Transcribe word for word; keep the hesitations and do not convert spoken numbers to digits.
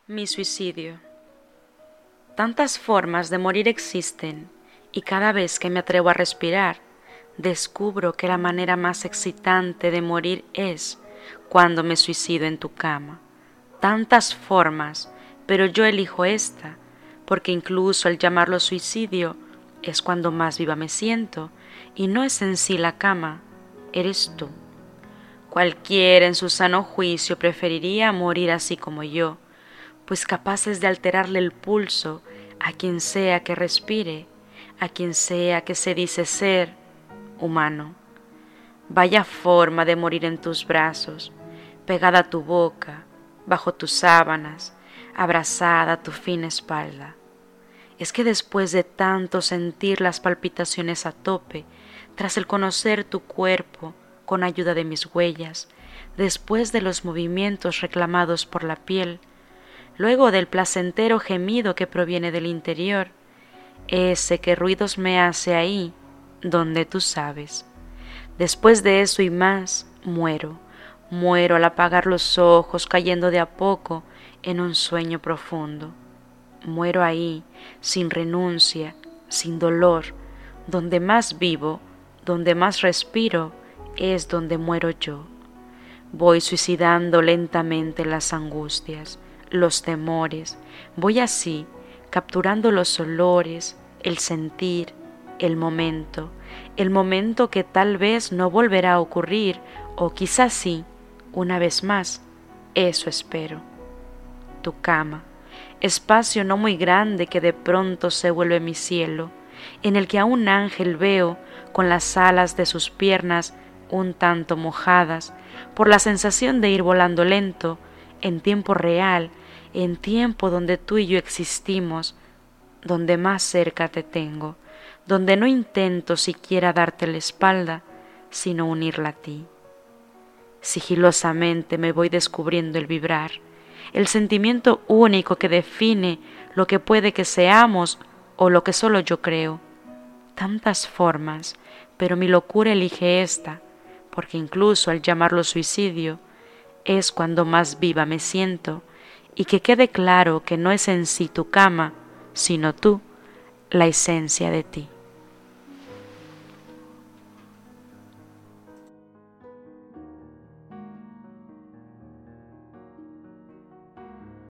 Mi suicidio. Tantas formas de morir existen y cada vez que me atrevo a respirar, descubro que la manera más excitante de morir es cuando me suicido en tu cama. Tantas formas, pero yo elijo esta, porque incluso el llamarlo suicidio es cuando más viva me siento y no es en sí la cama, eres tú. Cualquiera en su sano juicio preferiría morir así como yo, pues capaces de alterarle el pulso a quien sea que respire, a quien sea que se dice ser humano. Vaya forma de morir en tus brazos, pegada a tu boca, bajo tus sábanas, abrazada a tu fina espalda. Es que después de tanto sentir las palpitaciones a tope, tras el conocer tu cuerpo con ayuda de mis huellas, después de los movimientos reclamados por la piel, luego del placentero gemido que proviene del interior, ese que ruidos me hace ahí, donde tú sabes. Después de eso y más, muero, muero al apagar los ojos, cayendo de a poco en un sueño profundo. Muero ahí, sin renuncia, sin dolor, donde más vivo, donde más respiro, es donde muero yo. Voy suicidando lentamente las angustias, los temores, voy así, capturando los olores, el sentir, el momento, el momento que tal vez no volverá a ocurrir, o quizás sí, una vez más, eso espero. Tu cama, espacio no muy grande que de pronto se vuelve mi cielo, en el que a un ángel veo con las alas de sus piernas un tanto mojadas, por la sensación de ir volando lento, en tiempo real, en tiempo donde tú y yo existimos, donde más cerca te tengo, donde no intento siquiera darte la espalda, sino unirla a ti. Sigilosamente me voy descubriendo el vibrar, el sentimiento único que define lo que puede que seamos o lo que solo yo creo. Tantas formas, pero mi locura elige esta, porque incluso al llamarlo suicidio, es cuando más viva me siento, y que quede claro que no es en sí tu cama, sino tú, la esencia de ti.